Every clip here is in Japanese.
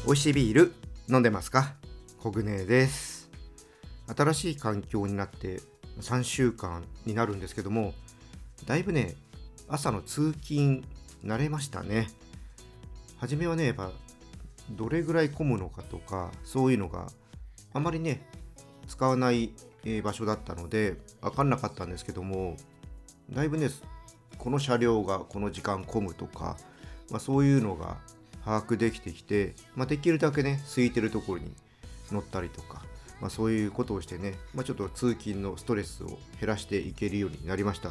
美味しいビール飲んでますか？コグネです。新しい環境になって3週間になるんですけども、だいぶね、朝の通勤慣れましたね。初めはね、やっぱどれぐらい混むのかとか、そういうのがあまりね、使わない場所だったので分かんなかったんですけども、だいぶね、この車両がこの時間混むとか、そういうのが把握できてきて、できるだけね空いてるところに乗ったりとか、そういうことをしてね、ちょっと通勤のストレスを減らしていけるようになりました。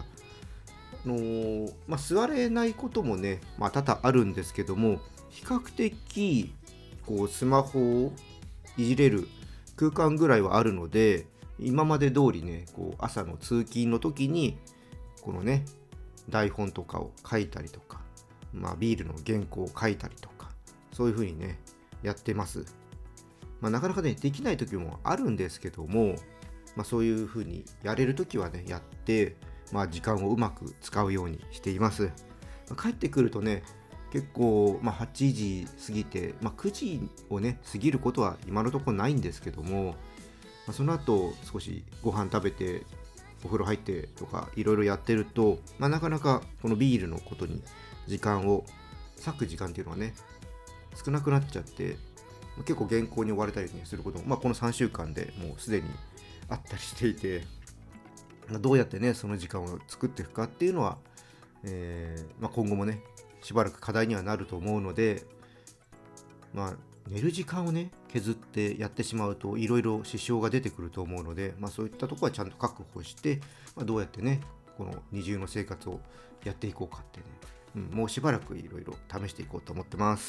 座れないこともね、多々あるんですけども、比較的こうスマホをいじれる空間ぐらいはあるので、今まで通りね、こう朝の通勤の時にこのね台本とかを書いたりとか、ビールの原稿を書いたりとか、そういう風にねやってます。なかなかねできない時もあるんですけども、そういう風にやれる時はねやって、時間をうまく使うようにしています。帰ってくるとね結構、8時過ぎて、9時をね過ぎることは今のところないんですけども、その後少しご飯食べてお風呂入ってとかいろいろやってると、なかなかこのビールのことに時間を割く時間っていうのはね少なくなっちゃって、結構原稿に追われたり、することも、この3週間でもうすでにあったりしていて、どうやってねその時間を作っていくかっていうのは、今後もねしばらく課題にはなると思うので、寝る時間をね削ってやってしまうといろいろ支障が出てくると思うので、そういったところはちゃんと確保して、どうやってねこの二重の生活をやっていこうかってね、もうしばらくいろいろ試していこうと思ってます。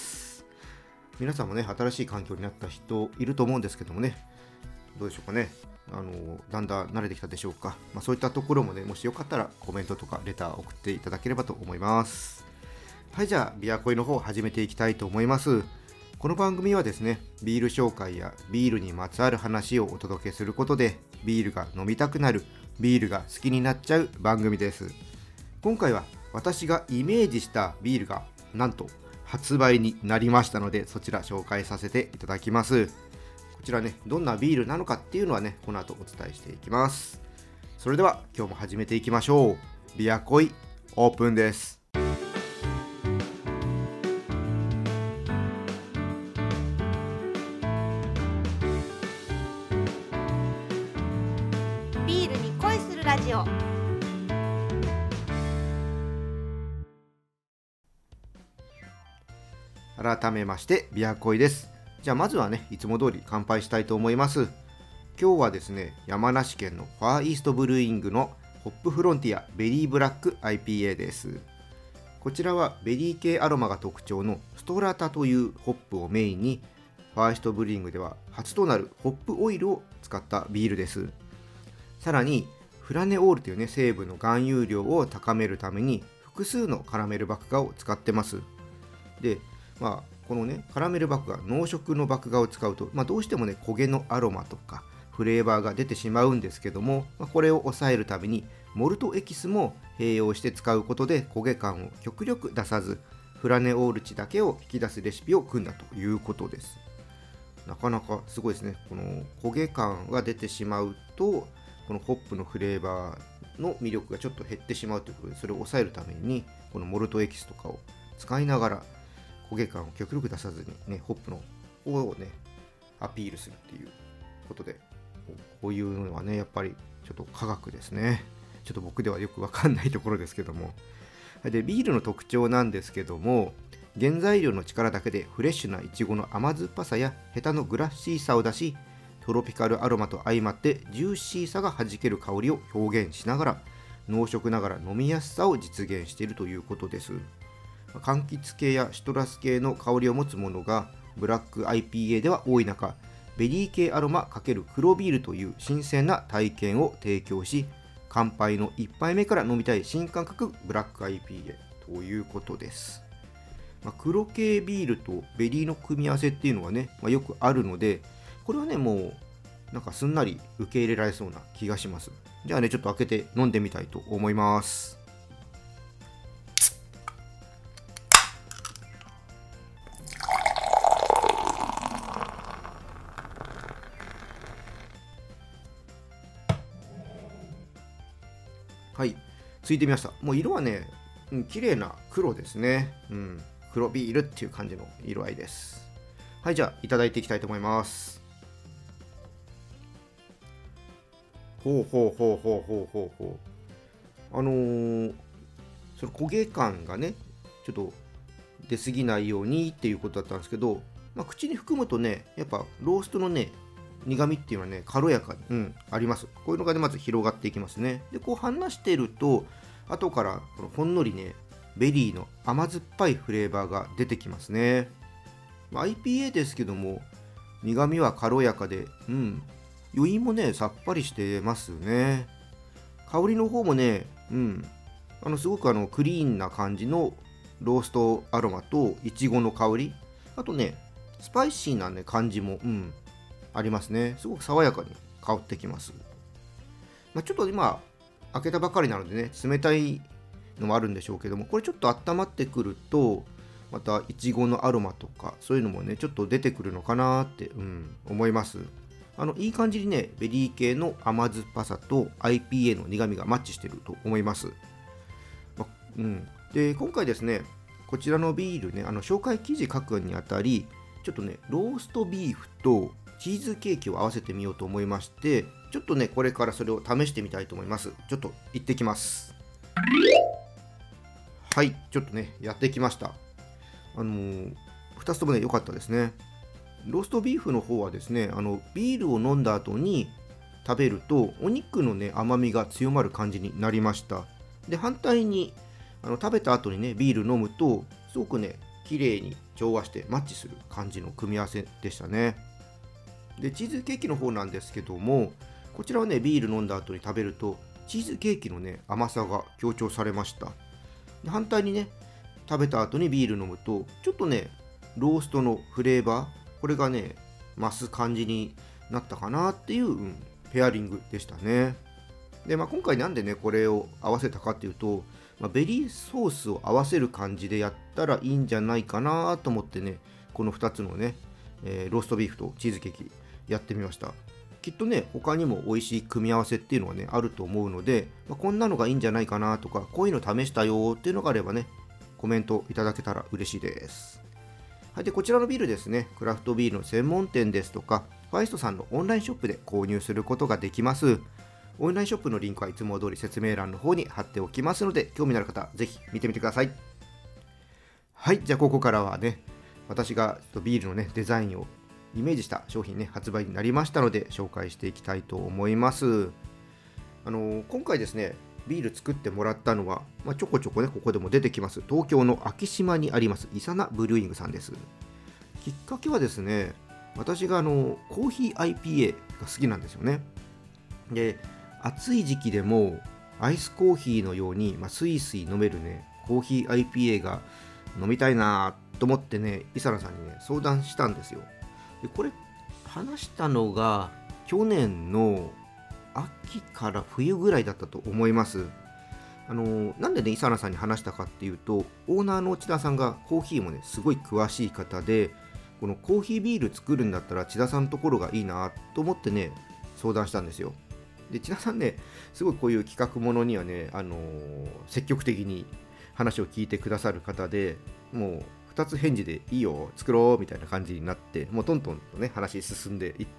皆さんもね新しい環境になった人いると思うんですけどもね、どうでしょうかね。だんだん慣れてきたでしょうか。そういったところもね、もしよかったらコメントとかレター送っていただければと思います。はい、じゃあビアコイの方を始めていきたいと思います。この番組はですね、ビール紹介やビールにまつわる話をお届けすることで、ビールが飲みたくなる、ビールが好きになっちゃう番組です。今回は私がイメージしたビールがなんと発売になりましたので、そちら紹介させていただきます。こちらね、どんなビールなのかっていうのはね、この後お伝えしていきます。それでは今日も始めていきましょう。ビアコイオープンです。 ビールに恋するラジオ。 改めましてビアコイです。じゃあまずはね、いつも通り乾杯したいと思います。今日はですね、山梨県のファーイーストブルーイングのホップフロンティアベリーブラック IPA です。こちらはベリー系アロマが特徴のストラタというホップをメインに、ファーイーストブルーイングでは初となるホップオイルを使ったビールです。さらにフラネオールというね成分の含有量を高めるために複数のカラメル麦芽を使ってます。で、このねカラメル麦芽、濃縮の麦芽を使うと、どうしてもね焦げのアロマとかフレーバーが出てしまうんですけども、これを抑えるためにモルトエキスも併用して使うことで焦げ感を極力出さず、フラネオール値だけを引き出すレシピを組んだということです。なかなかすごいですね。この焦げ感が出てしまうと、このホップのフレーバーの魅力がちょっと減ってしまうということで、それを抑えるためにこのモルトエキスとかを使いながら焦げ感を極力出さずにね、ホップの方をねアピールするっていうことで、こういうのはねやっぱりちょっと科学ですね。ちょっと僕ではよくわかんないところですけども、でビールの特徴なんですけども、原材料の力だけでフレッシュなイチゴの甘酸っぱさやヘタのグラッシーさを出し、トロピカルアロマと相まってジューシーさがはじける香りを表現しながら、濃縮ながら飲みやすさを実現しているということです。柑橘系やシトラス系の香りを持つものがブラック IPA では多い中、ベリー系アロマ×黒ビールという新鮮な体験を提供し、乾杯の1杯目から飲みたい新感覚ブラック IPA ということです。黒系ビールとベリーの組み合わせっていうのはね、よくあるので、これはねもうなんかすんなり受け入れられそうな気がします。じゃあねちょっと開けて飲んでみたいと思います。 ついてみました。もう色はね、綺麗な黒ですね。黒ビールっていう感じの色合いです。はい、じゃあいただいていきたいと思います。ほうほうほうほうほうほうほう。その焦げ感がね、ちょっと出過ぎないようにっていうことだったんですけど、口に含むとね、やっぱローストのね、苦味っていうのはね、軽やかに、あります。こういうのがね、まず広がっていきますね。で、こう話してると、後からこのほんのりね、ベリーの甘酸っぱいフレーバーが出てきますね。IPA ですけども、苦味は軽やかで、余韻もね、さっぱりしてますね。香りの方もね、すごくクリーンな感じのローストアロマとイチゴの香り、あとね、スパイシーなね、感じも、ありますね。すごく爽やかに香ってきます。ちょっと今、開けたばかりなのでね、冷たいのもあるんでしょうけども、これちょっと温まってくると、またイチゴのアロマとか、そういうのもね、ちょっと出てくるのかなって、思います。いい感じにね、ベリー系の甘酸っぱさと IPA の苦味がマッチしてると思います。で、今回ですね、こちらのビールね、紹介記事書くにあたり、ちょっとね、ローストビーフとチーズケーキを合わせてみようと思いまして、ちょっとね、これからそれを試してみたいと思います。ちょっと行ってきます。はい、ちょっとね、やってきました。2つともね、良かったですね。ローストビーフの方はですね、ビールを飲んだ後に食べると、お肉のね、甘みが強まる感じになりました。で、反対に、食べた後にね、ビール飲むと、すごくね、綺麗に調和してマッチする感じの組み合わせでしたね。で、チーズケーキの方なんですけども、こちらはね、ビール飲んだ後に食べると、チーズケーキのね、甘さが強調されました。で、反対にね、食べた後にビール飲むと、ちょっとね、ローストのフレーバー、これがね、増す感じになったかなっていう、ペアリングでしたね。で、今回なんでね、これを合わせたかっていうと、ベリーソースを合わせる感じでやったらいいんじゃないかなと思ってね、この2つのね、ローストビーフとチーズケーキやってみました。きっとね、他にも美味しい組み合わせっていうのはね、あると思うので、こんなのがいいんじゃないかなとか、こういうの試したよっていうのがあればね、コメントいただけたら嬉しいです。はい、でこちらのビールですね、クラフトビールの専門店ですとか、ファイストさんのオンラインショップで購入することができます。オンラインショップのリンクはいつも通り説明欄の方に貼っておきますので、興味のある方、ぜひ見てみてください。はい、じゃあここからはね、私がビールのね、デザインをイメージした商品ね、発売になりましたので、紹介していきたいと思います。今回ですね、ビール作ってもらったのは、ちょこちょこね、ここでも出てきます、東京の昭島にあります、イサナブルーイングさんです。きっかけはですね、私がコーヒー IPA が好きなんですよね。で、暑い時期でもアイスコーヒーのように、スイスイ飲めるね、コーヒー IPA が飲みたいなと思ってね、イサナさんにね、相談したんですよ。で、これ、話したのが去年の秋から冬ぐらいだったと思います。なんでね、イサナさんに話したかっていうと、オーナーの千田さんがコーヒーもね、すごい詳しい方で、このコーヒービール作るんだったら千田さんのところがいいなと思ってね、相談したんですよ。で、千田さんね、すごいこういう企画ものにはね、積極的に話を聞いてくださる方で、もう2つ返事でいいよ、作ろうみたいな感じになって、もうトントンとね、話進んでいって、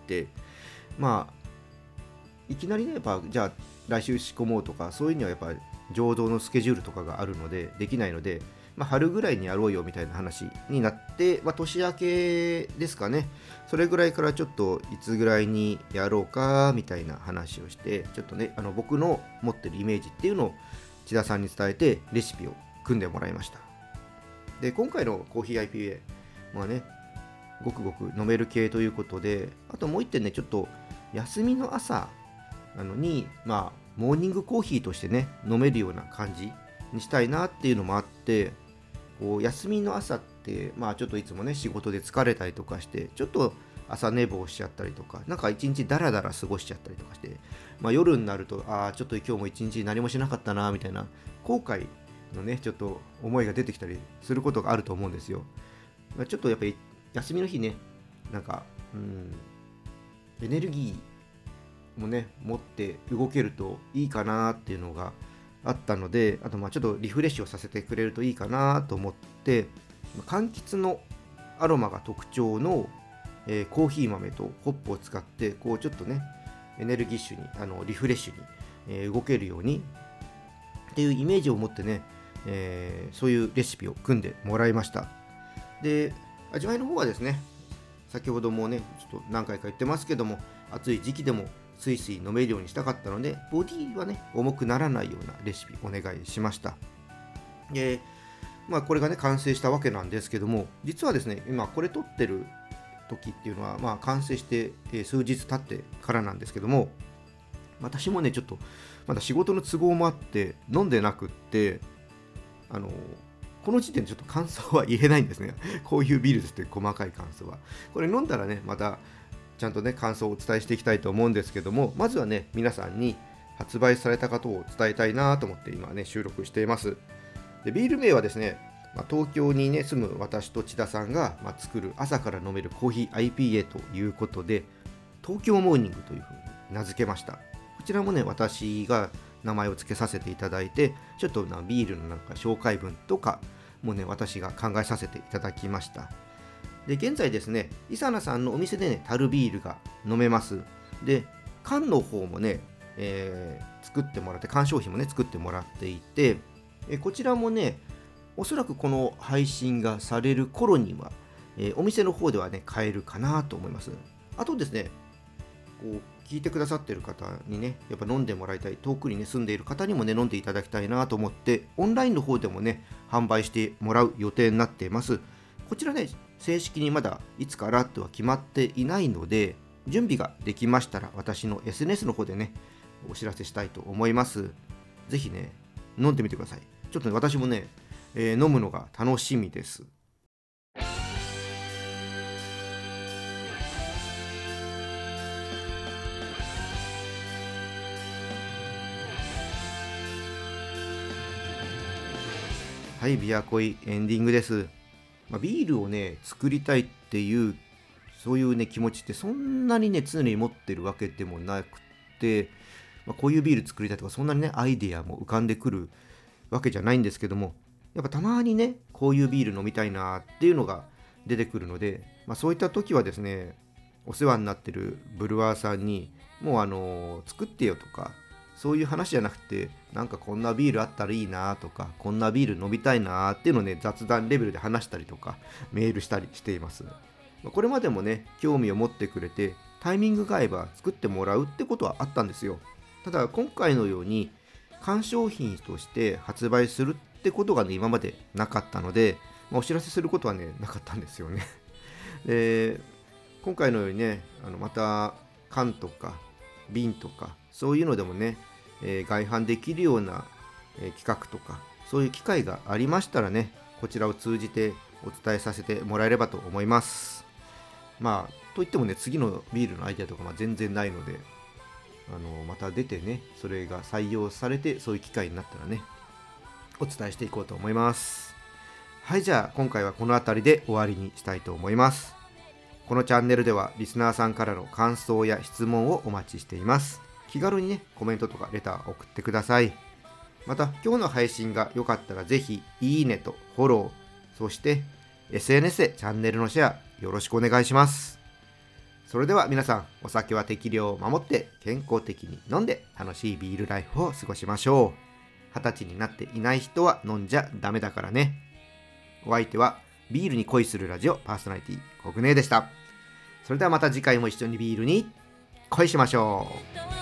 いきなりね、やっぱじゃあ来週仕込もうとか、そういうにはやっぱ醸造のスケジュールとかがあるのでできないので、春ぐらいにやろうよみたいな話になって、年明けですかね、それぐらいからちょっといつぐらいにやろうかみたいな話をして、ちょっとね、僕の持ってるイメージっていうのを千田さんに伝えてレシピを組んでもらいました。で、今回のコーヒー IPA、ね、ごくごく飲める系ということで、あともう一点ね、ちょっと休みの朝なのに、モーニングコーヒーとしてね、飲めるような感じにしたいなっていうのもあって、こう休みの朝って、ちょっといつもね、仕事で疲れたりとかして、ちょっと朝寝坊しちゃったりとか、なんか一日ダラダラ過ごしちゃったりとかして、夜になると、ちょっと今日も一日何もしなかったなみたいな後悔のね、ちょっと思いが出てきたりすることがあると思うんですよ。ちょっとやっぱり休みの日ね、なんか、エネルギーもね、持って動けるといいかなっていうのがあったので、あとちょっとリフレッシュをさせてくれるといいかなと思って、柑橘のアロマが特徴の、コーヒー豆とホップを使ってちょっとねエネルギッシュにリフレッシュに、動けるようにっていうイメージを持ってね、そういうレシピを組んでもらいました。で、味わいの方はですね、先ほどもねちょっと何回か言ってますけども、暑い時期でもスイスイ飲めるようにしたかったので、ボディはね重くならないようなレシピお願いしました。で、これがね完成したわけなんですけども、実はですね今これ撮ってる時っていうのは完成して数日経ってからなんですけども、私もねちょっとまだ仕事の都合もあって飲んでなくって、この時点でちょっと感想は言えないんですね。こういうビールですって細かい感想は。これ飲んだらねまたちゃんとね感想をお伝えしていきたいと思うんですけども、まずはね皆さんに発売されたことを伝えたいなと思って今ね収録しています。で、ビール名はですね、東京にね住む私と千田さんが、作る朝から飲めるコーヒー IPA ということで、東京モーニングというふうに名付けました。こちらもね私が名前を付けさせていただいて、ちょっとビールの紹介文とかもね私が考えさせていただきました。で、現在ですねイサナさんのお店でね樽ビールが飲めます。で、缶の方もね、作ってもらって、缶商品もね作ってもらっていて、こちらもねおそらくこの配信がされる頃には、お店の方ではね買えるかなと思います。あとですね、聞いてくださっている方にねやっぱ飲んでもらいたい、遠くにね住んでいる方にもね飲んでいただきたいなと思って、オンラインの方でもね販売してもらう予定になっています。こちらね正式にまだいつからとは決まっていないので、準備ができましたら私の SNS の方でねお知らせしたいと思います。ぜひね飲んでみてください。ちょっとね私もね、飲むのが楽しみです。はい、ビアコイエンディングです。ビールをね作りたいっていうそういうね気持ちってそんなにね常に持ってるわけでもなくて、こういうビール作りたいとかそんなにねアイデアも浮かんでくるわけじゃないんですけども、やっぱたまにねこういうビール飲みたいなっていうのが出てくるので、そういった時はですねお世話になってるブルワーさんにもう作ってよとか、そういう話じゃなくて、なんかこんなビールあったらいいなとか、こんなビール飲みたいなっていうのをね雑談レベルで話したりとかメールしたりしています。これまでもね興味を持ってくれてタイミングが合えば作ってもらうってことはあったんですよ。ただ今回のように缶商品として発売するってことがね今までなかったので、お知らせすることはねなかったんですよね。で、今回のようにねまた缶とか瓶とかそういうのでもね、外販できるような、企画とかそういう機会がありましたらねこちらを通じてお伝えさせてもらえればと思います。といってもね次のビールのアイデアとか全然ないので、また出てねそれが採用されてそういう機会になったらねお伝えしていこうと思います。はい、じゃあ今回はこの辺りで終わりにしたいと思います。このチャンネルではリスナーさんからの感想や質問をお待ちしています。気軽にねコメントとかレター送ってください。また今日の配信が良かったらぜひいいねとフォロー、そして SNS でチャンネルのシェアよろしくお願いします。それでは皆さん、お酒は適量を守って健康的に飲んで楽しいビールライフを過ごしましょう。20歳になっていない人は飲んじゃダメだからね。お相手はビールに恋するラジオパーソナリティコグネでした。それではまた次回も一緒にビールに恋しましょう。